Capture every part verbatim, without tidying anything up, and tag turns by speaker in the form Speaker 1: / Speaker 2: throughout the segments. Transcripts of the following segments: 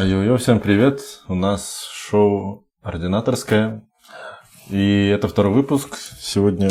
Speaker 1: Йо-йо, всем привет! У нас шоу «Ординаторское». И это второй выпуск. Сегодня...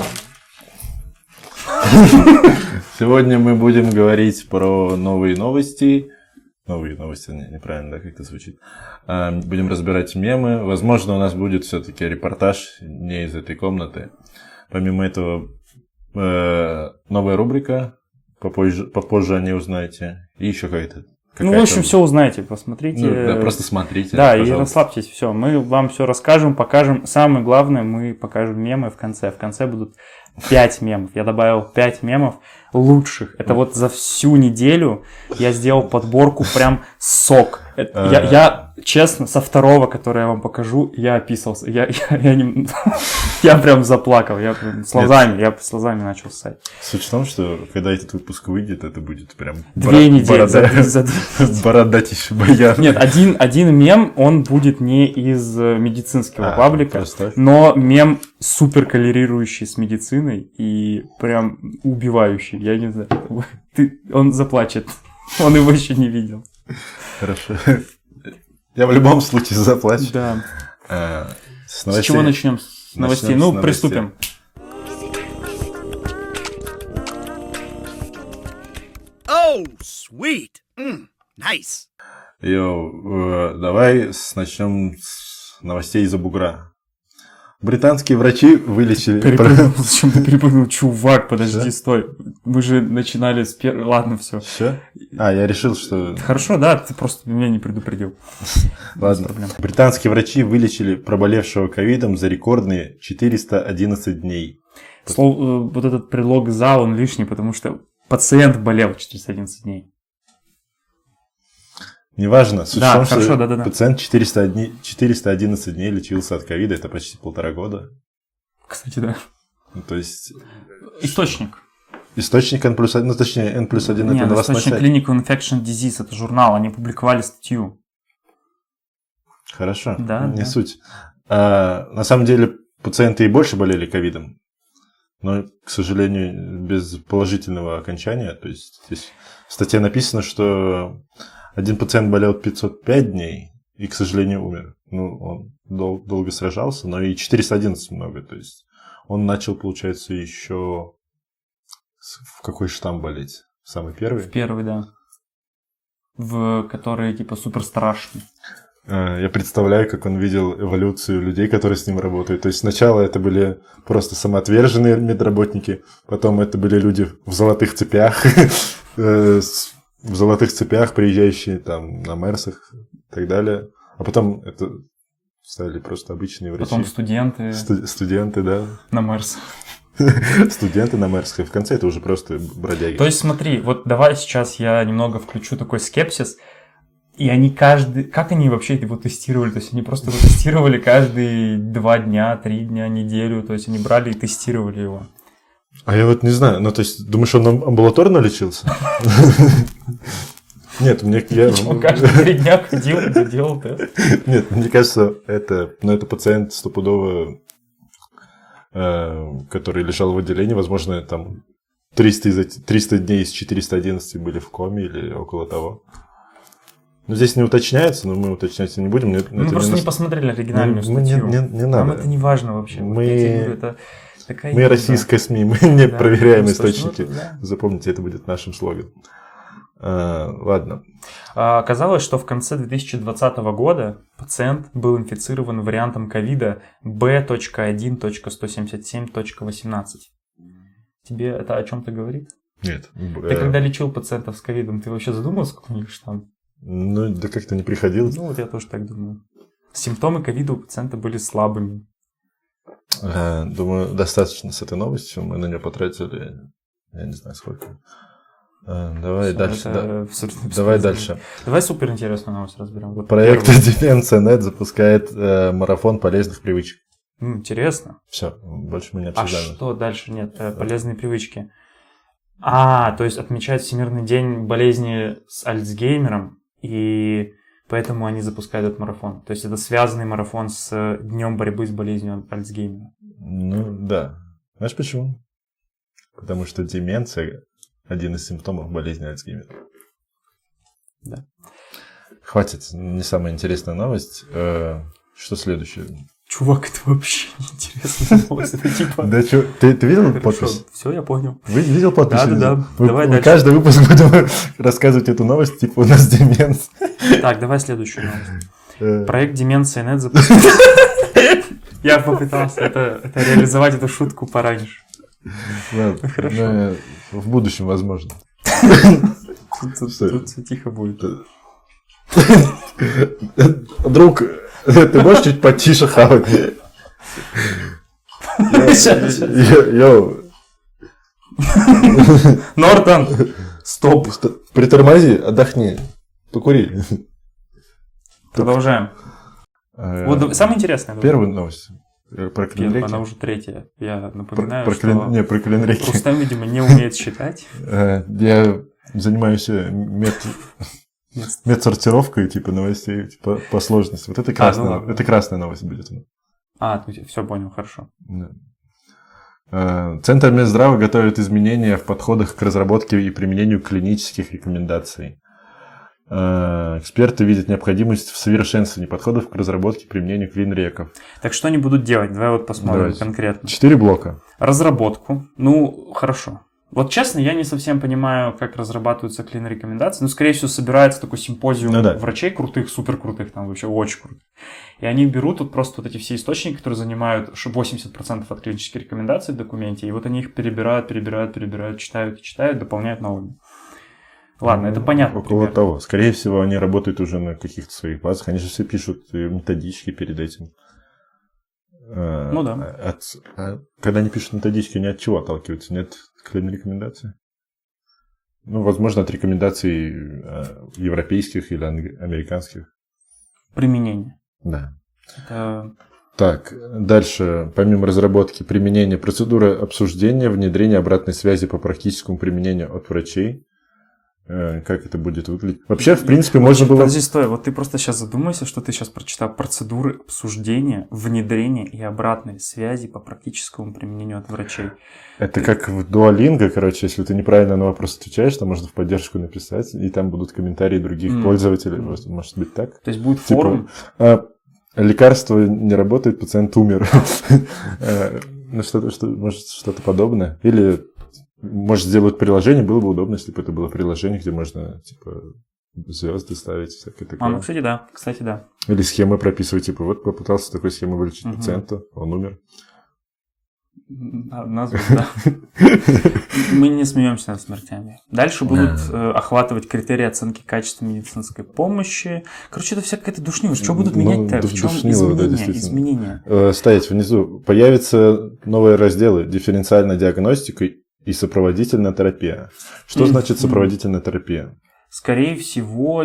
Speaker 1: Сегодня мы будем говорить про новые новости. Новые новости, не, неправильно, да, как это звучит. А, будем разбирать мемы. Возможно, у нас будет все-таки репортаж не из этой комнаты. Помимо этого, э, новая рубрика. Попозже, попозже о ней узнаете. И еще какая-то.
Speaker 2: Ну, в общем, все узнаете, посмотрите.
Speaker 1: Ну, да, просто смотрите.
Speaker 2: Да,
Speaker 1: пожалуйста.
Speaker 2: И расслабьтесь, все. Мы вам все расскажем, покажем. Самое главное, мы покажем мемы в конце. В конце будут пять мемов. Я добавил пять мемов лучших. Это вот за всю неделю я сделал подборку прям сок. Это, я, я, честно, со второго, который я вам покажу, я описался. Я, я, я, не, я прям заплакал. Я прям слезами, я слезами начал ссать.
Speaker 1: Суть в том, что когда этот выпуск выйдет, это будет прям...
Speaker 2: Две
Speaker 1: борода,
Speaker 2: недели.
Speaker 1: Борода,
Speaker 2: за, за...
Speaker 1: Бородатейший баян.
Speaker 2: Нет, один, один мем, он будет не из медицинского а, паблика,
Speaker 1: просто...
Speaker 2: но мем супер коллерирующий с медициной и прям убивающий. Я не знаю. Ты, он заплачет. Он его еще не видел.
Speaker 1: Хорошо. Я в любом случае заплачу.
Speaker 2: Да.
Speaker 1: А,
Speaker 2: с, с чего начнем? С новостей.
Speaker 1: Начнем
Speaker 2: ну,
Speaker 1: с новостей.
Speaker 2: Приступим.
Speaker 3: Oh, sweet. Mm, nice.
Speaker 1: Йоу, давай начнем с новостей из-за бугра. Британские врачи вылечили...
Speaker 2: Перепрыгнул, зачем ты перепрыгнул? Чувак, подожди, Что? стой. Мы же начинали с первого... Ладно, все.
Speaker 1: Все? А, я решил, что...
Speaker 2: Хорошо, да, ты просто меня не предупредил.
Speaker 1: Ладно. Британские врачи вылечили проболевшего ковидом за рекордные четыреста одиннадцать дней.
Speaker 2: Слово, вот этот предлог «за», он лишний, потому что пациент болел четыреста одиннадцать дней.
Speaker 1: Неважно, суть
Speaker 2: да,
Speaker 1: в том,
Speaker 2: хорошо,
Speaker 1: что
Speaker 2: да, да, да.
Speaker 1: пациент четыреста одиннадцать дней лечился от ковида, это почти полтора года.
Speaker 2: Кстати, да.
Speaker 1: Ну, то есть...
Speaker 2: Источник.
Speaker 1: Источник N плюс один, ну точнее N плюс один
Speaker 2: Нет,
Speaker 1: это новостной сайт.
Speaker 2: Источник Clinical Infection Disease, это журнал, они публиковали статью.
Speaker 1: Хорошо,
Speaker 2: да,
Speaker 1: не
Speaker 2: да.
Speaker 1: суть. А, на самом деле пациенты и больше болели ковидом, но, к сожалению, без положительного окончания. То есть здесь в статье написано, что один пациент болел пятьсот пять дней и, к сожалению, умер. Ну, он дол- долго сражался, но и четыреста одиннадцать много. То есть он начал, получается, еще... В какой штамм болеть? Самый первый?
Speaker 2: В первый, да. В который, типа, супер страшный.
Speaker 1: Я представляю, как он видел эволюцию людей, которые с ним работают. То есть сначала это были просто самоотверженные медработники, потом это были люди в золотых цепях, в золотых цепях, приезжающие там на Мерсах и так далее. А потом это стали просто обычные врачи.
Speaker 2: Потом студенты.
Speaker 1: Сту- студенты, да.
Speaker 2: На Мерсах.
Speaker 1: Студенты на Мерсах. И в конце это уже просто бродяги.
Speaker 2: То есть смотри, вот давай сейчас я немного включу такой скепсис. И они каждый... Как они вообще его тестировали? То есть они просто его тестировали каждые два дня, три дня, неделю. То есть они брали и тестировали его.
Speaker 1: А я вот не знаю. Ну, то есть, думаешь, он амбулаторно лечился? Нет, мне...
Speaker 2: Он каждые три дня ходил и делал тест.
Speaker 1: Нет, мне кажется, это... Ну, это пациент стопудово, который лежал в отделении. Возможно, там триста дней из четырёхсот одиннадцати были в коме или около того. Ну, здесь не уточняется, но мы уточнять не будем.
Speaker 2: Мы
Speaker 1: это
Speaker 2: просто
Speaker 1: не,
Speaker 2: не посмотрели оригинальную
Speaker 1: мы,
Speaker 2: статью.
Speaker 1: Мы не, не, не надо.
Speaker 2: Нам это не важно вообще.
Speaker 1: Мы,
Speaker 2: вот говорю, это такая
Speaker 1: мы российская СМИ, мы не
Speaker 2: да,
Speaker 1: проверяем
Speaker 2: ну,
Speaker 1: источники.
Speaker 2: Ну, да.
Speaker 1: Запомните, это будет нашим слоганом. А, ладно.
Speaker 2: А, оказалось, что в конце две тысячи двадцатого года пациент был инфицирован вариантом ковида бэ один сто семьдесят семь восемнадцать. Тебе это о чем-то говорит?
Speaker 1: Нет.
Speaker 2: Ты э... когда лечил пациентов с ковидом, ты вообще задумался, какой у них штамм?
Speaker 1: Ну, да как-то не приходилось.
Speaker 2: Ну, вот я тоже так думаю. Симптомы ковида у пациента были слабыми.
Speaker 1: А, думаю, достаточно с этой новостью. Мы на нее потратили, я не знаю сколько. А, давай
Speaker 2: Все,
Speaker 1: дальше. Да. Давай дальше.
Speaker 2: Давай суперинтересную новость разберем. Вот
Speaker 1: проект Dementia точка нет запускает э, марафон полезных привычек.
Speaker 2: М, интересно.
Speaker 1: Все, больше мы не обсуждаем.
Speaker 2: А что дальше? Нет, э, полезные привычки. А, то есть отмечают Всемирный день болезни с Альцгеймером, и поэтому они запускают этот марафон. То есть это связанный марафон с днем борьбы с болезнью Альцгеймера.
Speaker 1: Ну, да. Знаешь почему? Потому что деменция – один из симптомов болезни Альцгеймера.
Speaker 2: Да.
Speaker 1: Хватит, не самая интересная новость. Э, Что следующее?
Speaker 2: Чувак, это вообще неинтересная новость. Это типа...
Speaker 1: Да что, ты, ты видел подпись?
Speaker 2: Все, я понял.
Speaker 1: Вы видел подпись?
Speaker 2: Да-да-да,
Speaker 1: Мы,
Speaker 2: давай
Speaker 1: мы
Speaker 2: дальше.
Speaker 1: каждый выпуск будем рассказывать эту новость, типа у нас деменс.
Speaker 2: Так, давай следующую новость.
Speaker 1: Э,
Speaker 2: Проект Деменция точка нет запустил. Я попытался это, это реализовать, эту шутку пораньше.
Speaker 1: ладно,
Speaker 2: Хорошо.
Speaker 1: ну, в будущем, возможно.
Speaker 2: Тут, тут-
Speaker 1: Что?
Speaker 2: тут все тихо будет.
Speaker 1: Друг, ты можешь чуть потише хавать? Йоу,
Speaker 2: Нортон! Стоп!
Speaker 1: притормози, отдохни, покури.
Speaker 2: Продолжаем.
Speaker 1: Э,
Speaker 2: Вот самое интересное.
Speaker 1: Первая новость. э, Про
Speaker 2: Нет,
Speaker 1: Клинреки.
Speaker 2: она уже третья. Я
Speaker 1: Про,
Speaker 2: напоминаю,
Speaker 1: про
Speaker 2: что
Speaker 1: Клин- Не, про Клинреки.
Speaker 2: Рустам, видимо, не умеет считать.
Speaker 1: Э, Я занимаюсь э, мет... медсортировкой типа новостей типа, по сложности. Вот это красная,
Speaker 2: ну ладно.
Speaker 1: это красная новость будет.
Speaker 2: А, все понял, хорошо.
Speaker 1: Да. Э, Центр Минздрава готовит изменения в подходах к разработке и применению клинических рекомендаций. Э, Эксперты видят необходимость в совершенствовании подходов к разработке и применению клинреков.
Speaker 2: Так что они будут делать? Давай вот посмотрим
Speaker 1: Давайте.
Speaker 2: конкретно.
Speaker 1: Четыре блока.
Speaker 2: Разработку. Ну, хорошо. Вот честно, я не совсем понимаю, как разрабатываются клин-рекомендации. Ну, скорее всего, собирается такой симпозиум
Speaker 1: Ну да.
Speaker 2: врачей крутых, супер крутых, там вообще очень крутых. И они берут вот просто вот эти все источники, которые занимают восемьдесят процентов от клинических рекомендаций в документе, и вот они их перебирают, перебирают, перебирают, читают и читают, дополняют новыми. Ладно, это понятно.
Speaker 1: Около
Speaker 2: примерно.
Speaker 1: того. Скорее всего, они работают уже на каких-то своих базах. Они же все пишут э, методички перед этим. Э,
Speaker 2: Ну да.
Speaker 1: от- а когда они пишут методички, они от чего отталкиваются? Нет клин-рекомендаций? Ну, возможно, от рекомендаций э, европейских или анг- американских.
Speaker 2: Применение.
Speaker 1: Да.
Speaker 2: Это...
Speaker 1: Так, дальше, помимо разработки, применения, процедура обсуждения, внедрения обратной связи по практическому применению от врачей. Э, Как это будет выглядеть? Вообще, в принципе, можно было...
Speaker 2: Подожди, стой, вот ты просто сейчас задумайся, что ты сейчас прочитал процедуры обсуждения, внедрения и обратной связи по практическому применению от врачей.
Speaker 1: Это как в Duolingo, короче, если ты неправильно на вопрос отвечаешь, то можно в поддержку написать, и там будут комментарии других
Speaker 2: Мгм.
Speaker 1: пользователей.
Speaker 2: Мгм.
Speaker 1: Может, может быть так?
Speaker 2: То есть будет
Speaker 1: Типа,
Speaker 2: форум.
Speaker 1: а, лекарство не работает, пациент умер. Э, Ну, что-то, что, может, что-то подобное. Или, может, сделают приложение, было бы удобно, если бы это было приложение, где можно, типа, звезды ставить, всякое
Speaker 2: А, ну,
Speaker 1: такое.
Speaker 2: кстати, да, кстати, да.
Speaker 1: Или схемы прописывать, типа, вот попытался такой схемой вылечить
Speaker 2: Мгм.
Speaker 1: пациента, он умер.
Speaker 2: Одна звезда. Мы не смеемся над смертями. Дальше будут э, охватывать критерии оценки качества медицинской помощи. Короче, это вся какая-то душнила. Что будут
Speaker 1: Ну,
Speaker 2: менять-то? В
Speaker 1: душ-
Speaker 2: чем
Speaker 1: душнилово, да,
Speaker 2: изменения?
Speaker 1: действительно.
Speaker 2: Изменения.
Speaker 1: Э, Ставить внизу. Появятся новые разделы. Дифференциальная диагностика и сопроводительная терапия. Что
Speaker 2: Мгм.
Speaker 1: значит сопроводительная терапия?
Speaker 2: Скорее всего,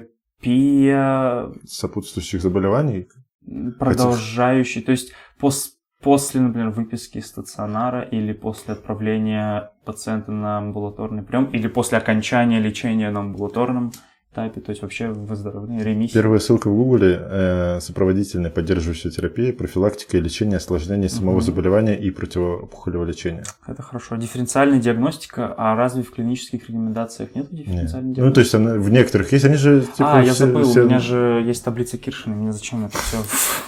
Speaker 2: терапия
Speaker 1: Сопутствующих заболеваний?
Speaker 2: продолжающий, то есть пос- после, например, выписки из стационара или после отправления пациента на амбулаторный прием или после окончания лечения на амбулаторном этапе, то есть вообще выздоровление, ремиссия.
Speaker 1: Первая ссылка в Гугле. Э, сопроводительная поддерживающая терапия, профилактика и лечение осложнений самого
Speaker 2: Мгм.
Speaker 1: заболевания и противоопухолевого лечения.
Speaker 2: Это хорошо. Дифференциальная диагностика, а разве в клинических рекомендациях нет дифференциальной
Speaker 1: Не.
Speaker 2: диагностики?
Speaker 1: Ну, то есть она в некоторых есть, они же типа
Speaker 2: а, я
Speaker 1: все-
Speaker 2: забыл,
Speaker 1: все-
Speaker 2: у меня же есть таблица Киршина, мне зачем это все?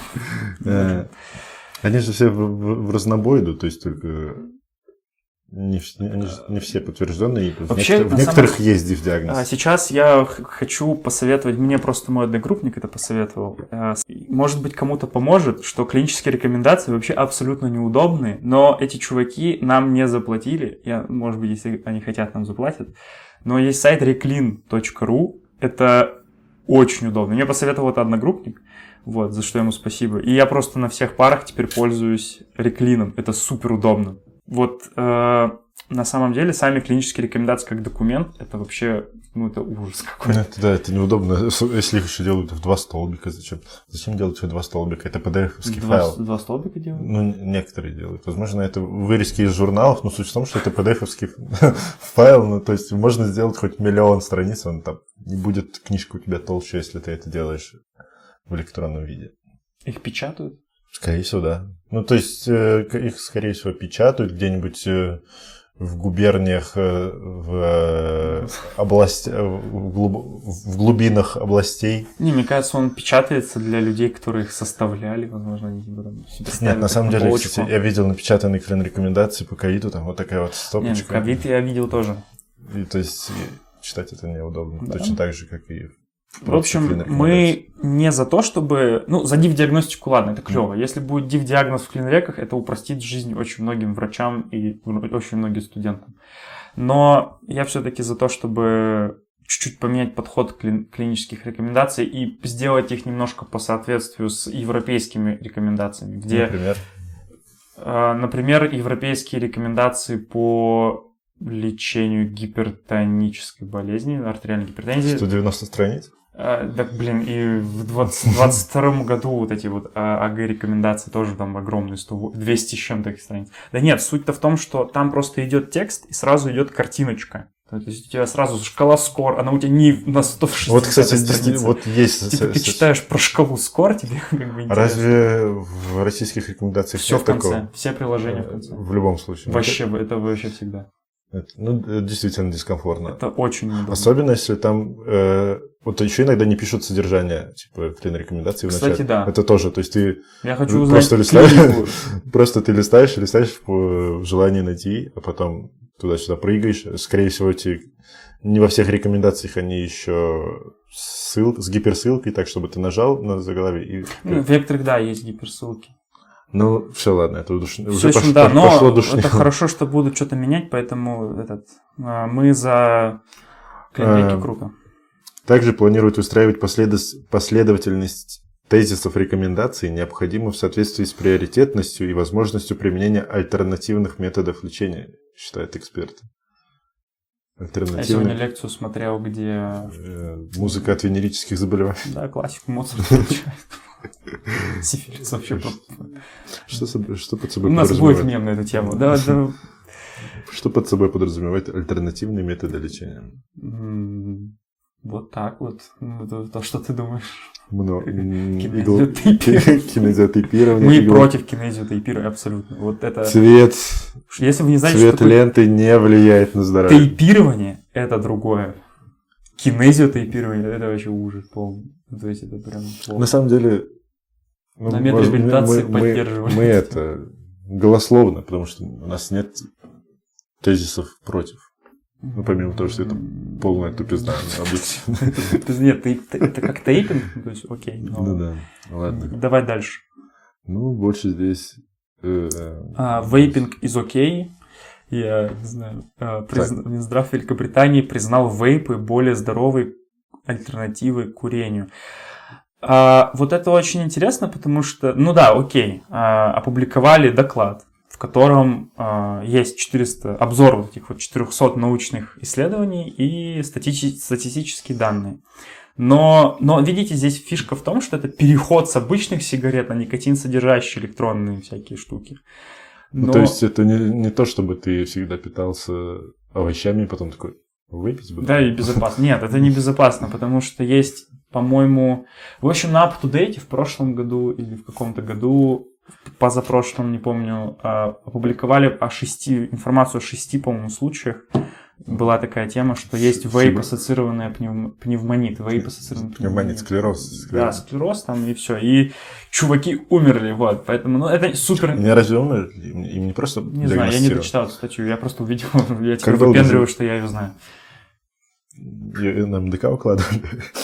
Speaker 1: э, они же все в, в- в разнобой идут, то есть только не, вс- они же не все подтвержденные. В,
Speaker 2: Вообще,
Speaker 1: некотор- в
Speaker 2: на
Speaker 1: некоторых
Speaker 2: самом-
Speaker 1: есть диф-диагноз.
Speaker 2: Сейчас я х- хочу посоветовать, мне просто мой одногруппник это посоветовал. Э, с- Может быть, кому-то поможет, что клинические рекомендации вообще абсолютно неудобные, но эти чуваки нам не заплатили. Я, может быть, если они хотят, нам заплатят. Но есть сайт reclin точка ру. Это очень удобно. Мне посоветовал это одногруппник. Вот, за что ему спасибо. И я просто на всех парах теперь пользуюсь реклином. Это супер удобно. Вот э, на самом деле сами клинические рекомендации как документ, это вообще, ну, это ужас
Speaker 1: Ну,
Speaker 2: какой-то.
Speaker 1: это, да, это неудобно, если их еще делают в два столбика. Зачем? Зачем делать в два столбика? Это пи ди эф-овский
Speaker 2: Два,
Speaker 1: файл.
Speaker 2: два столбика делают?
Speaker 1: Ну, некоторые делают. Возможно, это вырезки из журналов, но суть в том, что это пи ди эф-овский файл. Ну, то есть можно сделать хоть миллион страниц, он там не будет книжка у тебя толще, если ты это делаешь в электронном виде.
Speaker 2: Их печатают?
Speaker 1: Скорее всего, да. Ну, то есть, э, их, скорее всего, печатают где-нибудь э, в губерниях, э, в, э, область, э, в, глуб, в глубинах областей.
Speaker 2: Не, мне кажется, он печатается для людей, которые их составляли, возможно, они типа там себе ставили.
Speaker 1: Нет, на самом деле,
Speaker 2: полочку.
Speaker 1: кстати, я видел напечатанные рекомендации по ковиду, там вот такая вот стопочка.
Speaker 2: Нет, ковид я видел тоже.
Speaker 1: И, то есть читать это неудобно,
Speaker 2: Да.
Speaker 1: точно так же, как и...
Speaker 2: В общем, мы не за то, чтобы... Ну, за див-диагностику, ладно, это клево. Mm. Если будет див-диагноз в клинреках, это упростит жизнь очень многим врачам и очень многим студентам. Но я все-таки за то, чтобы чуть-чуть поменять подход к кли- клинических рекомендаций и сделать их немножко по соответствию с европейскими рекомендациями. Где,
Speaker 1: например?
Speaker 2: Э, например, европейские рекомендации по лечению гипертонической болезни, артериальной гипертензии.
Speaker 1: сто девяносто страниц?
Speaker 2: А, так, блин, и в двадцать втором году вот эти вот АГ-рекомендации тоже там огромные, сто, двести с чем-то таких страниц. Да нет, суть-то в том, что там просто идет текст и сразу идет картиночка. То есть у тебя сразу шкала скор, она у тебя не на сто шестьдесят
Speaker 1: Вот, кстати,
Speaker 2: странице.
Speaker 1: вот есть...
Speaker 2: Типа ты читаешь про шкалу скор, тебе как бы интересно.
Speaker 1: Разве в российских рекомендациях
Speaker 2: все
Speaker 1: нет
Speaker 2: в конце,
Speaker 1: такого?
Speaker 2: все приложения в конце.
Speaker 1: В любом случае.
Speaker 2: Вообще, это вообще всегда.
Speaker 1: Это, ну, это действительно дискомфортно.
Speaker 2: Это очень удобно.
Speaker 1: Особенно, если там... Э, вот еще иногда не пишут содержание, типа, клин-рекомендации в начале.
Speaker 2: Кстати, да.
Speaker 1: Это тоже, то есть ты...
Speaker 2: Я хочу узнать
Speaker 1: просто листаешь, просто ты листаешь, листаешь по желанию найти, а потом туда-сюда прыгаешь. Скорее всего, эти... не во всех рекомендациях они еще ссыл... с гиперссылкой, так, чтобы ты нажал на заглавие и...
Speaker 2: Ну, в некоторых, да, есть гиперссылки.
Speaker 1: Ну, все, ладно, это удуш...
Speaker 2: Все
Speaker 1: уже
Speaker 2: очень,
Speaker 1: пош...
Speaker 2: да, но
Speaker 1: пошло душнее.
Speaker 2: это хорошо, что будут что-то менять, поэтому этот, мы за клиники
Speaker 1: А,
Speaker 2: круто.
Speaker 1: Также планируют устраивать последов... последовательность тезисов рекомендаций, необходимых в соответствии с приоритетностью и возможностью применения альтернативных методов лечения, считают эксперты.
Speaker 2: Я сегодня
Speaker 1: Альтернативные...
Speaker 2: лекцию смотрел, где...
Speaker 1: э, Музыка от венерических заболеваний.
Speaker 2: Да, классику Моцарта. Сифилис вообще просто.
Speaker 1: Что, со- что под собой
Speaker 2: У нас будет
Speaker 1: подразумевает?
Speaker 2: мем на эту тему. Да, да.
Speaker 1: Что под собой подразумевает альтернативные методы лечения?
Speaker 2: М, Вот так вот. Ну, это то, что ты думаешь.
Speaker 1: Много.
Speaker 2: Кинезиотейпирование.
Speaker 1: Кинезиотейпирование.
Speaker 2: Мы
Speaker 1: игл-
Speaker 2: против кинезиотейпирования, абсолютно. Вот это...
Speaker 1: Цвет,
Speaker 2: Если вы не знаете,
Speaker 1: цвет
Speaker 2: что такое
Speaker 1: ленты не влияет на здоровье.
Speaker 2: тейпирование, это другое. Кинезиотейпирование, это вообще ужас полный. То есть это прям плохо.
Speaker 1: На самом деле, ну,
Speaker 2: На
Speaker 1: воз-
Speaker 2: медреабилитации
Speaker 1: мы, мы-
Speaker 2: поддерживали.
Speaker 1: мы это голословно, потому что у нас нет тезисов против. Ну, помимо того, что это полная тупизна объективно.
Speaker 2: Нет, ты- ты- это как тейпинг, то есть окей. но-
Speaker 1: Ну да, ладно.
Speaker 2: Давай дальше.
Speaker 1: Ну, больше здесь... э, э,
Speaker 2: А, Вейпинг из окей. Я не знаю. а, призна- Минздрав Великобритании признал вейпы более здоровой альтернативой курению. А, вот это очень интересно, потому что, ну да, окей, а, опубликовали доклад, в котором а, есть четыреста обзор вот этих вот четырехсот научных исследований и стати- статистические данные. Но, но, видите, здесь фишка в том, что это переход с обычных сигарет на никотин содержащие электронные всякие штуки.
Speaker 1: Ну,
Speaker 2: Но-
Speaker 1: то есть это не, не то, чтобы ты всегда питался овощами, и потом такой, выпить буду.
Speaker 2: Да, и безопасно. Нет, это не безопасно, потому что есть, по-моему... В общем, на UpToDate в прошлом году или в каком-то году, позапрошлом, не помню, а, опубликовали о шести, информацию о шести, по-моему, случаях. Была такая тема, что есть вейп, ассоциированная пневм... пневмонит. Вейп, ассоциированный
Speaker 1: Пневмонит, склероз.
Speaker 2: Да,
Speaker 1: склероз.
Speaker 2: склероз там и все. И чуваки умерли, вот. Поэтому, ну, это супер...
Speaker 1: Не разве умер? Им, им не просто
Speaker 2: Не знаю, я не дочитал эту статью, я просто увидел, я тебе
Speaker 1: долго
Speaker 2: выпендриваю,
Speaker 1: жил?
Speaker 2: что я ее знаю.
Speaker 1: Её на МДК укладывали.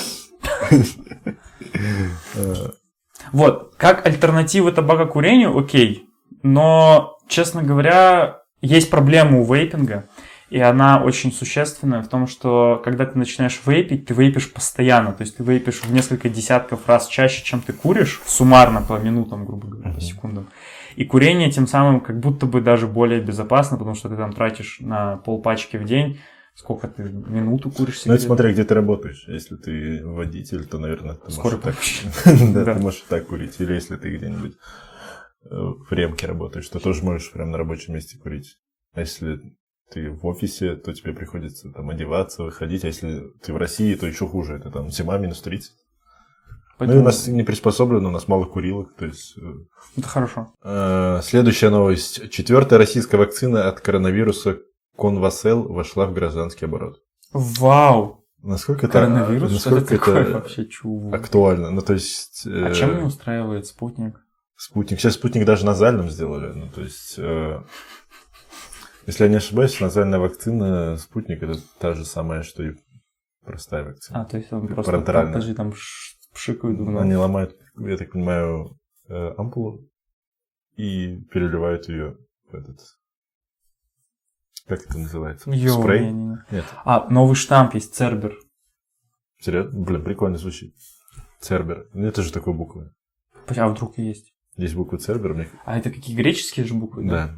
Speaker 2: Вот, как альтернатива табакокурению, окей, но, честно говоря, есть проблема у вейпинга, и она очень существенная в том, что когда ты начинаешь вейпить, ты вейпишь постоянно, то есть ты вейпишь в несколько десятков раз чаще, чем ты куришь, суммарно по минутам, грубо говоря, по секундам. И курение тем самым как будто бы даже более безопасно, потому что ты там тратишь на полпачки в день. Сколько ты минуту куришь
Speaker 1: Ну, это
Speaker 2: сигарету?
Speaker 1: смотря, где ты работаешь. Если ты водитель, то, наверное, ты
Speaker 2: Скорой
Speaker 1: можешь так...
Speaker 2: помощи.
Speaker 1: Да,
Speaker 2: Да.
Speaker 1: ты можешь так курить. Или если ты где-нибудь э, в ремке работаешь, то тоже можешь прямо на рабочем месте курить. А если ты в офисе, то тебе приходится там одеваться, выходить. А если ты в России, то еще хуже. Это там зима минус тридцать. Ну, и
Speaker 2: Поэтому
Speaker 1: у нас не приспособлено, у нас мало курилок. То есть... э,
Speaker 2: это хорошо.
Speaker 1: Э, Следующая новость. Четвертая российская вакцина от коронавируса Конвасел вошла в гражданский оборот.
Speaker 2: Вау!
Speaker 1: Насколько это,
Speaker 2: Коронавирус?
Speaker 1: насколько
Speaker 2: Что это такое
Speaker 1: это
Speaker 2: вообще чувак?
Speaker 1: актуально? Ну, то есть...
Speaker 2: А
Speaker 1: э,
Speaker 2: чем не устраивает спутник?
Speaker 1: Спутник. Сейчас спутник даже назальным сделали. Ну, то есть, э, если я не ошибаюсь, назальная вакцина спутник это та же самая, что и простая вакцина.
Speaker 2: А, то есть он просто
Speaker 1: Парентеральная.
Speaker 2: подожди, там ш- пшикают. ну,
Speaker 1: Они ломают, я так понимаю, э, ампулу и переливают ее в этот... Как это называется?
Speaker 2: Йоу,
Speaker 1: Спрей?
Speaker 2: не-не-не.
Speaker 1: Нет.
Speaker 2: А, новый штамп есть, Цербер.
Speaker 1: Серьезно? Блин, прикольно звучит. Цербер. Ну, это же такой буквы.
Speaker 2: А вдруг и есть?
Speaker 1: Есть буквы Цербер, мне...
Speaker 2: А это какие греческие же буквы?
Speaker 1: Да.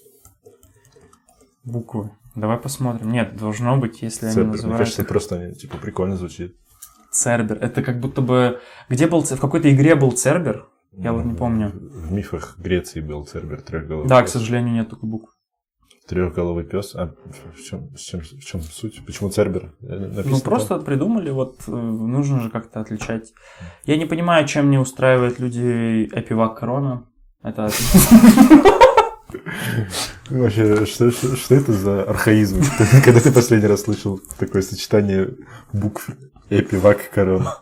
Speaker 2: Буквы. Давай посмотрим. Нет, должно быть, если они
Speaker 1: Цербер. Мне
Speaker 2: называются
Speaker 1: кажется, просто они, типа, прикольно звучит.
Speaker 2: Цербер. Это как будто бы... Где был... Ц- В какой-то игре был Цербер? Я вот не помню.
Speaker 1: В мифах Греции был Цербер, трехголовый
Speaker 2: Да, к
Speaker 1: пес.
Speaker 2: сожалению, нет такой буквы.
Speaker 1: Трехголовый пес. А в чем, в чем, в чем суть? Почему Цербер? Написано
Speaker 2: Ну, просто придумали, вот э, нужно же как-то отличать. Я не понимаю, чем не устраивает людей Эпивак Корона. Это...
Speaker 1: там. Вообще, что, что, что это за архаизм? Когда ты последний раз слышал такое сочетание букв Эпивак Корона?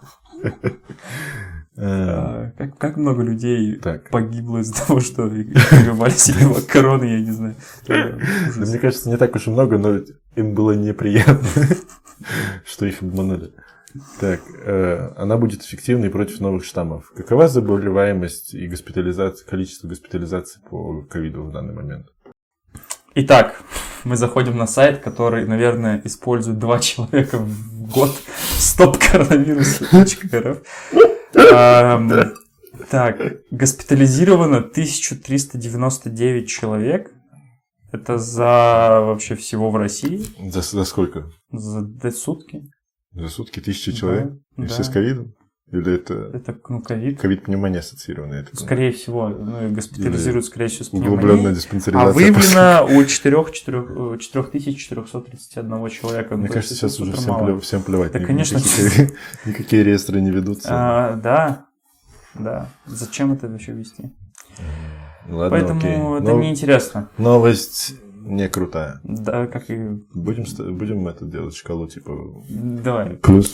Speaker 2: А, Как, как много людей
Speaker 1: Так.
Speaker 2: погибло из-за того, что прививали себе короны, я не знаю.
Speaker 1: Да, мне кажется, не так уж и много, но им было неприятно, что их обманули. Так, э, она будет эффективной против новых штаммов. Какова заболеваемость и госпитализация, количество госпитализаций по ковиду в данный момент?
Speaker 2: Итак, мы заходим на сайт, который, наверное, использует два человека в год. стоп коронавирус точка эр эф. Ам, Так, госпитализировано тысяча триста девяносто девять человек. Это за вообще всего в России.
Speaker 1: За, за сколько?
Speaker 2: За д- сутки.
Speaker 1: За сутки тысячи человек?
Speaker 2: Да,
Speaker 1: И
Speaker 2: да.
Speaker 1: все с ковидом? Или это
Speaker 2: Это, ну, ковид.
Speaker 1: ковид-пневмония ассоциированная? я так понимаю?
Speaker 2: Скорее всего, ну, и госпитализируют, скорее всего, с
Speaker 1: Углубленная
Speaker 2: пневмонией.
Speaker 1: диспансеризация.
Speaker 2: А выявлено у четыре тысячи четыреста тридцать один человека.
Speaker 1: Мне
Speaker 2: То
Speaker 1: кажется,
Speaker 2: есть это
Speaker 1: сейчас уже
Speaker 2: супер
Speaker 1: всем,
Speaker 2: мало.
Speaker 1: плев- всем плевать.
Speaker 2: Да,
Speaker 1: Ни-
Speaker 2: конечно.
Speaker 1: Никакие, никакие реестры не ведутся.
Speaker 2: А, да, да. Зачем это вообще вести?
Speaker 1: Ладно,
Speaker 2: Поэтому
Speaker 1: окей.
Speaker 2: это
Speaker 1: Но-
Speaker 2: неинтересно.
Speaker 1: Новость не крутая.
Speaker 2: Да, как и...
Speaker 1: Будем, ста- будем это делать шкалу, типа...
Speaker 2: Давай.
Speaker 1: Плюс.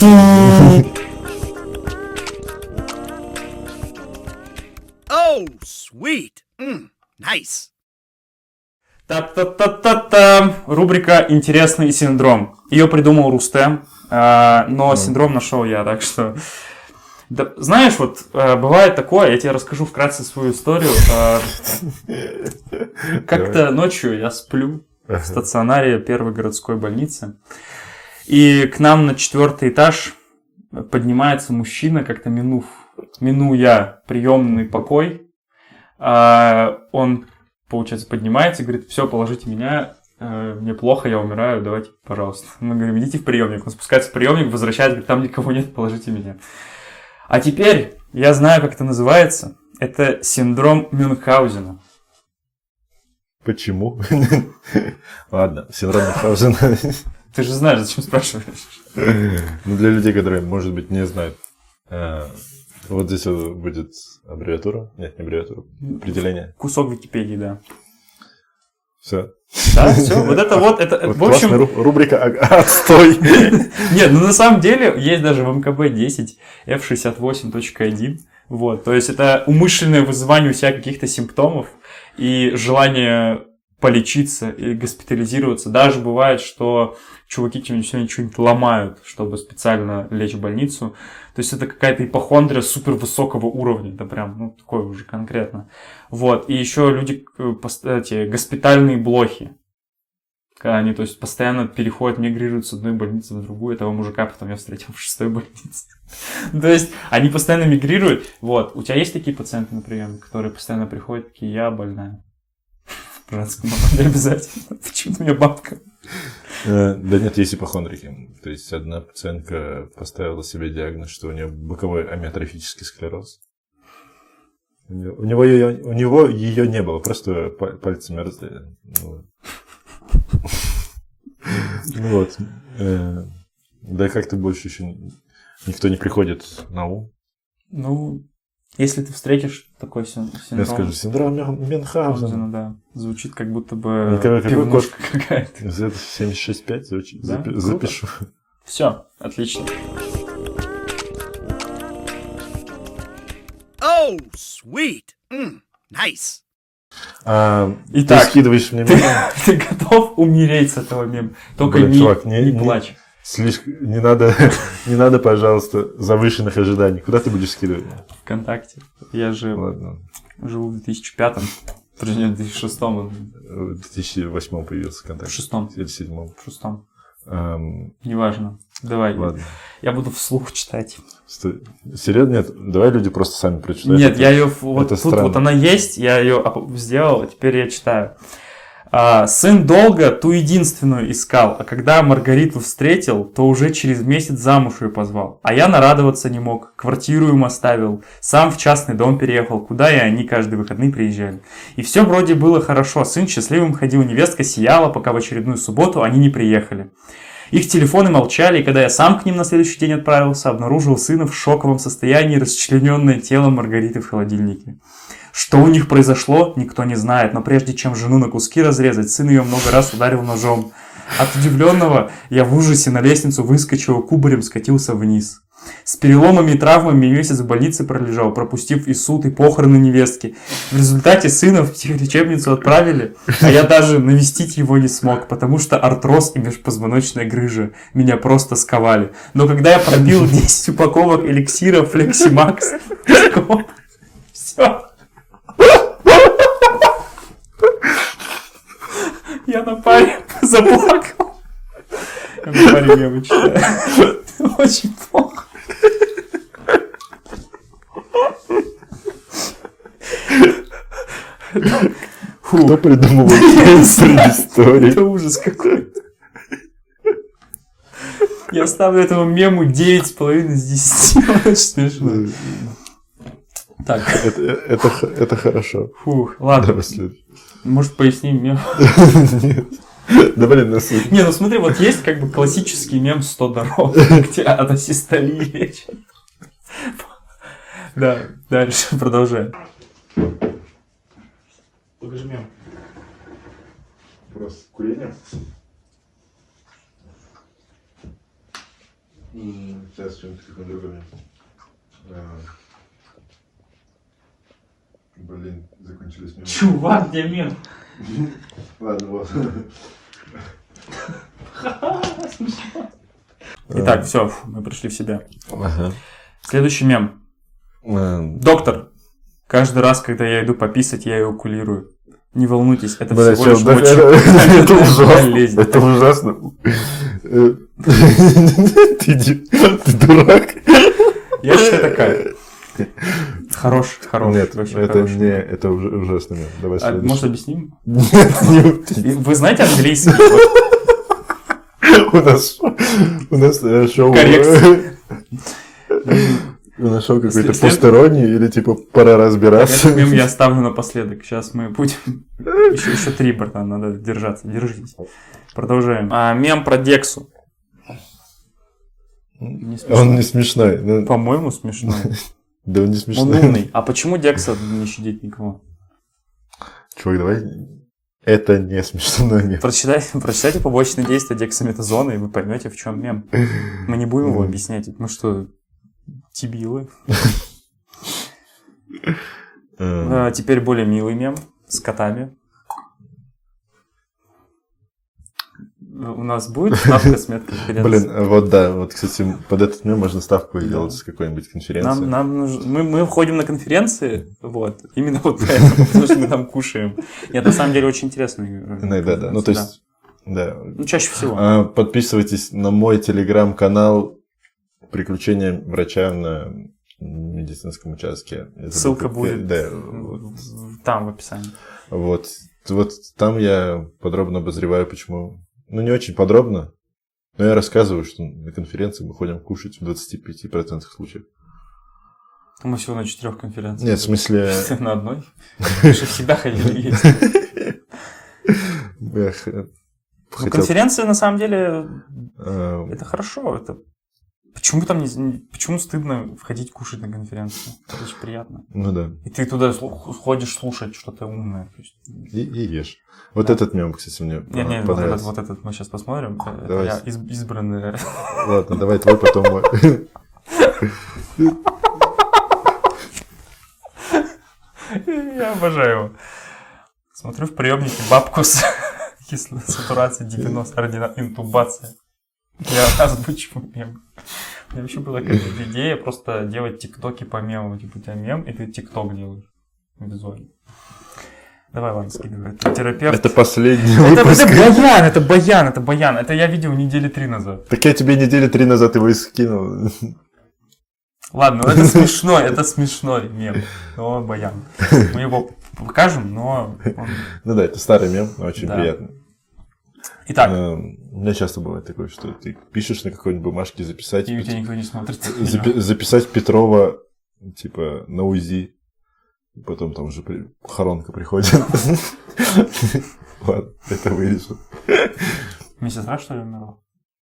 Speaker 3: Oh, sweet. Mm, nice.
Speaker 2: Та-та-та-та-та. Рубрика «Интересный синдром». Ее придумал Рустем, а, но
Speaker 1: Ну.
Speaker 2: синдром нашел я, так что... Да, знаешь, вот а, бывает такое, я тебе расскажу вкратце свою историю. А, Как-то ночью я сплю в стационаре первой городской больницы, и к нам на четвертый этаж поднимается мужчина, как-то минув, минуя приемный покой. А, Он, получается, поднимается и говорит: все, положите меня, э, мне плохо, я умираю, давайте, пожалуйста. Мы говорим: идите в приемник. Он спускается в приемник, возвращается, говорит: там никого нет, положите меня. А теперь я знаю, как это называется. Это синдром Мюнхгаузена.
Speaker 1: Почему? Ладно, синдром Мюнхгаузена.
Speaker 2: Ты же знаешь, зачем спрашиваешь.
Speaker 1: Ну, для людей, которые, может быть, не знают. э, Вот здесь вот будет аббревиатура. Нет, не аббревиатура. Определение.
Speaker 2: Кусок Википедии, да.
Speaker 1: Все.
Speaker 2: Да, все, вот это вот, это,
Speaker 1: Вот
Speaker 2: в общем...
Speaker 1: классная ру- рубрика «А- «Отстой».
Speaker 2: Нет, ну на самом деле есть даже в эм ка бэ десять эф шестьдесят восемь точка один. Вот, то есть это умышленное вызывание у себя каких-то симптомов и желание полечиться и госпитализироваться. Даже бывает, что чуваки сегодня что-нибудь ломают, чтобы специально лечь в больницу. То есть это какая-то ипохондрия супер высокого уровня. Это прям, ну, такое уже конкретно. Вот. И еще люди, э, пост- эти госпитальные блохи. Когда они, то есть, постоянно переходят, мигрируют с одной больницы в другую. Этого мужика потом я встретил в шестой больнице. То есть, они постоянно мигрируют. Вот. У тебя есть такие пациенты на приеме, которые постоянно приходят, такие: я больная. В женском не обязательно. Почему у меня бабка?
Speaker 1: Э, Да нет, есть ипохондрики. То есть одна пациентка поставила себе диагноз, что у нее боковой амиотрофический склероз. У нее, у него ее, у него ее не было, просто па- пальцы мерзли. Ну, Ну вот. Э, Да как-то больше еще никто не приходит на ум.
Speaker 2: Ну, Если ты встретишь такой син- синдром...
Speaker 1: Я скажу, синдром Мюн- Мюнхгаузена.
Speaker 2: да. Звучит как будто бы
Speaker 1: Никакой- какой
Speaker 2: пивнушка какая-то.
Speaker 1: зет семьдесят шесть пять звучит.
Speaker 2: Да?
Speaker 1: Запи-
Speaker 2: Круто.
Speaker 1: Запишу.
Speaker 2: Все, отлично.
Speaker 3: Oh, sweet. Mm, nice.
Speaker 1: А,
Speaker 2: Итак,
Speaker 1: ты скидываешь мне
Speaker 2: Ты,
Speaker 1: мем?
Speaker 2: ты готов умереть с этого мема? Только
Speaker 1: Блин,
Speaker 2: не,
Speaker 1: чувак, не-
Speaker 2: не
Speaker 1: не-
Speaker 2: плачь.
Speaker 1: Слишком... Не надо, не надо, пожалуйста, завышенных ожиданий. Куда ты будешь скидывать?
Speaker 2: ВКонтакте. Я же
Speaker 1: Ладно.
Speaker 2: живу в две тысячи пятом. Точнее, в две тысячи шестом.
Speaker 1: В две тысячи восьмом появился
Speaker 2: В
Speaker 1: контакт.
Speaker 2: шестом.
Speaker 1: Или седьмом.
Speaker 2: В шестом.
Speaker 1: Эм,
Speaker 2: Неважно. Давай.
Speaker 1: ладно.
Speaker 2: Я буду вслух читать.
Speaker 1: Стой. Серьезно? Нет, давай люди просто сами прочитают.
Speaker 2: Нет,
Speaker 1: Это-
Speaker 2: я ее... Вот
Speaker 1: это
Speaker 2: тут
Speaker 1: странно.
Speaker 2: вот она есть, я ее сделал, а теперь я читаю. А, сын долго ту единственную искал, а когда Маргариту встретил, то уже через месяц замуж ее позвал. А я нарадоваться не мог, квартиру им оставил, сам в частный дом переехал, куда и они каждые выходные приезжали. И все вроде было хорошо, сын счастливым ходил, невестка сияла, пока в очередную субботу они не приехали. Их телефоны молчали, и когда я сам к ним на следующий день отправился, обнаружил сына в шоковом состоянии, расчлененное тело Маргариты в холодильнике. Что у них произошло, никто не знает, но прежде чем жену на куски разрезать, сын ее много раз ударил ножом. От удивленного я в ужасе на лестницу выскочил, кубарем скатился вниз. С переломами и травмами месяц в больнице пролежал, пропустив и суд, и похороны невестки. В результате сына в психолечебницу отправили, а я даже навестить его не смог, потому что артроз и межпозвоночная грыжа меня просто сковали. Но когда я пробил десять упаковок эликсира Флексимакс, все. Я на паре заплакал. Я на паре мемы читаю. Очень плохо.
Speaker 1: Кто придумал эту историю?
Speaker 2: Это ужас какой-то. Я ставлю этому мему девять с половиной из десяти. Очень смешно. Так.
Speaker 1: Это, это, это хорошо.
Speaker 2: Фух, ладно.
Speaker 1: Давай следующий.
Speaker 2: Может, поясним мем?
Speaker 1: Нет. Да блин, на суть.
Speaker 2: Не, ну смотри, вот есть как бы классический мем сто дорог, где от асистолии лечат. Да, дальше продолжаем. Покажи мем.
Speaker 1: Просто курение? Сейчас что-нибудь какое-нибудь другое. Блин, закончились мемы.
Speaker 2: Чувак, где мем?
Speaker 1: Ладно, вот.
Speaker 2: Итак, все, мы пришли в себя.
Speaker 1: Ага.
Speaker 2: Следующий мем. Доктор, каждый раз, когда я иду пописать, я эякулирую. Не волнуйтесь, это
Speaker 1: Бля,
Speaker 2: всего лишь
Speaker 1: чел, да,
Speaker 2: очень
Speaker 1: это, это ужасно.
Speaker 2: болезнь.
Speaker 1: Это ужасно. Э, Ты иди- ты дурак.
Speaker 2: Я считаю такая. Хорош, хорош.
Speaker 1: Нет,
Speaker 2: вообще
Speaker 1: это
Speaker 2: хорош.
Speaker 1: не, это уже ужасно. Нет. Давай
Speaker 2: А,
Speaker 1: следующий.
Speaker 2: может, объясним?
Speaker 1: Нет, не-
Speaker 2: Вы знаете английский? Вот
Speaker 1: у нас, у нас э, шоу...
Speaker 2: Коррекция.
Speaker 1: У нас шоу какой-то
Speaker 2: След-
Speaker 1: посторонний или типа пора разбираться.
Speaker 2: Этот мем я оставлю напоследок. Сейчас мы будем... Еще, еще три, братан, надо держаться. Держитесь. Продолжаем. А, мем про Дексу. Не смешно.
Speaker 1: Он не смешной. ну,
Speaker 2: По-моему, смешно.
Speaker 1: Да он не
Speaker 2: Он
Speaker 1: смешной.
Speaker 2: умный. А почему Декса не щадит никого?
Speaker 1: Чувак, давай... Это не смешной мем.
Speaker 2: Прочитайте, прочитайте побочные действия дексаметазона, и вы поймете, в чем мем. Мы не будем его объяснять. Мы что, дебилы?
Speaker 1: Э,
Speaker 2: А, теперь более милый мем с котами. У нас будет ставка с медконференции?
Speaker 1: Блин, вот да, вот, кстати, под этот мем можно ставку сделать с какой-нибудь конференции.
Speaker 2: Нам, нам нужно... мы, мы ходим на конференции, вот, именно вот поэтому, потому что мы там кушаем. Нет, на самом деле очень интересно.
Speaker 1: Иногда, да. Ну, то есть, да.
Speaker 2: Ну, чаще всего.
Speaker 1: А, Подписывайтесь на мой телеграм-канал «Приключения врача на медицинском участке». Это
Speaker 2: Ссылка
Speaker 1: будет-
Speaker 2: будет
Speaker 1: Да,
Speaker 2: в- там, в описании.
Speaker 1: вот. Вот там я подробно обозреваю, почему... Ну, не очень подробно, но я рассказываю, что на конференции мы ходим кушать в двадцати пяти процентах случаев.
Speaker 2: Мы всего на четырех конференциях.
Speaker 1: Нет, в смысле...
Speaker 2: На одной? Мы же всегда ходили есть.
Speaker 1: я х-
Speaker 2: Ну,
Speaker 1: хотел,
Speaker 2: конференция, на самом деле,
Speaker 1: э,
Speaker 2: это хорошо. Это Почему там не... Почему стыдно входить кушать на конференцию? Это очень приятно.
Speaker 1: Ну да.
Speaker 2: И ты туда ходишь слушать что-то умное. То есть...
Speaker 1: И, и ешь. Вот
Speaker 2: да.
Speaker 1: этот мем, кстати, мне
Speaker 2: не, не,
Speaker 1: понравился.
Speaker 2: Вот этот, вот этот мы сейчас посмотрим.
Speaker 1: Давай.
Speaker 2: Это я из, избранный.
Speaker 1: Ладно, давай твой, потом мой.
Speaker 2: Я обожаю его. Смотрю в приемнике бабку с сатурацией девяносто, интубация. Я озвучиваю мем. У меня вообще была какая-то идея просто делать тиктоки по мемам. Типа у тебя мем, и ты тикток делаешь визуально. Давай, ладно, скидывай. Это терапевт.
Speaker 1: Это последний
Speaker 2: это,
Speaker 1: выпуск.
Speaker 2: Это баян, это баян, это баян. Это я видел недели три назад.
Speaker 1: Так я тебе недели три назад его и скинул.
Speaker 2: Ладно, ну это смешной, это смешной мем. Но баян. Мы его покажем, но... Он...
Speaker 1: Ну да, это старый мем, но очень
Speaker 2: да.
Speaker 1: приятно.
Speaker 2: Итак.
Speaker 1: У меня часто бывает такое, что ты пишешь на какой-нибудь бумажке записать...
Speaker 2: И у тебя никто не смотрит.
Speaker 1: Запи- записать Петрова, типа, на УЗИ. Потом там уже при... хоронка приходит. Ладно, это вырежу.
Speaker 2: Мне сестра, что ли, умерла?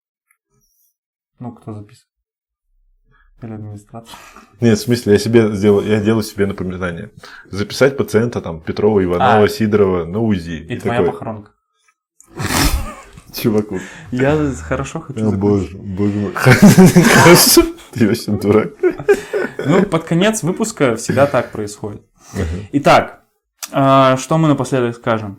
Speaker 2: Ну, кто записывает? Или администратор?
Speaker 1: Нет, в смысле, я себе сделаю, я делаю себе напоминание. Записать пациента там Петрова, Иванова,
Speaker 2: а,
Speaker 1: Сидорова на УЗИ.
Speaker 2: И, и твоя такой... похоронка.
Speaker 1: Чуваку.
Speaker 2: Я хорошо хочу.
Speaker 1: О, боже, боже мой. Хорошо. Ты очень дурак.
Speaker 2: Ну, под конец выпуска всегда так происходит. Итак, что мы напоследок скажем?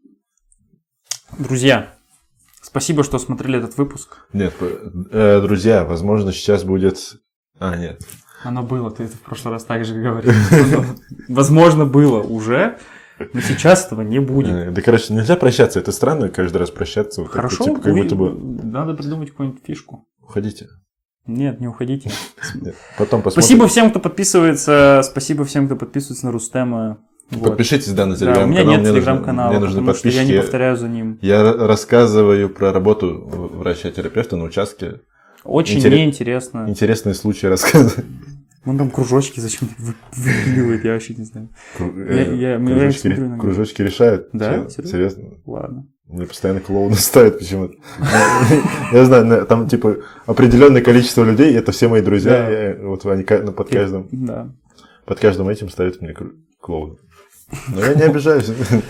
Speaker 2: Друзья, спасибо, что смотрели этот выпуск.
Speaker 1: Нет, друзья, возможно, сейчас будет... А, нет.
Speaker 2: Оно было, ты это в прошлый раз так же говорил. Возможно, было уже, но сейчас этого не будет.
Speaker 1: Да, короче, нельзя прощаться, это странно каждый раз прощаться.
Speaker 2: Хорошо,
Speaker 1: типа, как будто бы...
Speaker 2: надо придумать какую-нибудь фишку.
Speaker 1: Уходите.
Speaker 2: Нет, не уходите.
Speaker 1: Нет. Потом посмотрим.
Speaker 2: Спасибо всем, кто подписывается. Спасибо всем, кто подписывается на Рустема.
Speaker 1: Подпишитесь, вот. да, на телеграм-канал.
Speaker 2: Да, у меня нет телеграм-канала,
Speaker 1: мне нужны
Speaker 2: потому
Speaker 1: подписчики.
Speaker 2: что я не повторяю за ним.
Speaker 1: Я рассказываю про работу врача-терапевта на участке.
Speaker 2: Очень
Speaker 1: Интерес...
Speaker 2: неинтересно.
Speaker 1: Интересные случаи рассказываю.
Speaker 2: Вон там кружочки зачем-то выпиливает, я вообще не знаю. Кру... Я, я,
Speaker 1: кружочки,
Speaker 2: я на
Speaker 1: кружочки решают?
Speaker 2: Да?
Speaker 1: Серьезно? Серьезно?
Speaker 2: Ладно.
Speaker 1: Мне постоянно клоуны ставят почему-то. Я знаю, там типа определенное количество людей, это все мои друзья, вот они под каждым под каждым этим ставят мне клоуна. Но я не обижаюсь.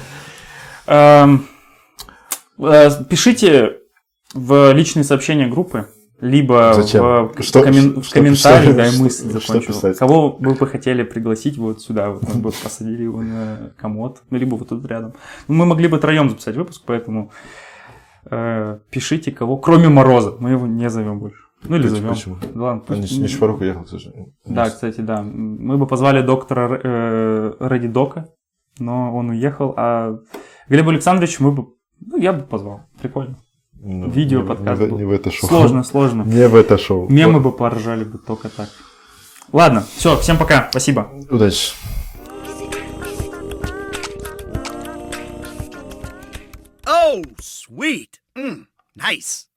Speaker 2: Пишите в личные сообщения группы, либо
Speaker 1: Зачем?
Speaker 2: в,
Speaker 1: что,
Speaker 2: коммен...
Speaker 1: что,
Speaker 2: в комментариях,
Speaker 1: что,
Speaker 2: да,
Speaker 1: что,
Speaker 2: мысль
Speaker 1: что,
Speaker 2: закончил.
Speaker 1: что
Speaker 2: Кого вы бы хотели пригласить вот сюда? Вот мы бы посадили его на комод, ну, либо вот тут рядом. Мы могли бы троем записать выпуск, поэтому э, пишите кого, кроме Мороза. Мы его не зовем больше. Ну или зовем.
Speaker 1: Почему?
Speaker 2: Да, ладно,
Speaker 1: а, не, не Шварук уехал, к сожалению.
Speaker 2: Да, кстати, да. Мы бы позвали доктора э, Ради Дока, но он уехал. А Глеба Александровича мы бы... Ну, я бы позвал. Прикольно.
Speaker 1: Ну,
Speaker 2: Видео,
Speaker 1: не,
Speaker 2: подкаст.
Speaker 1: Не, не в это шоу.
Speaker 2: Сложно, сложно.
Speaker 1: Не в это шоу.
Speaker 2: Мемы бы поржали бы только так. Ладно, все, всем пока. Спасибо.
Speaker 1: Удачи.
Speaker 3: Oh, sweet. Mm, nice.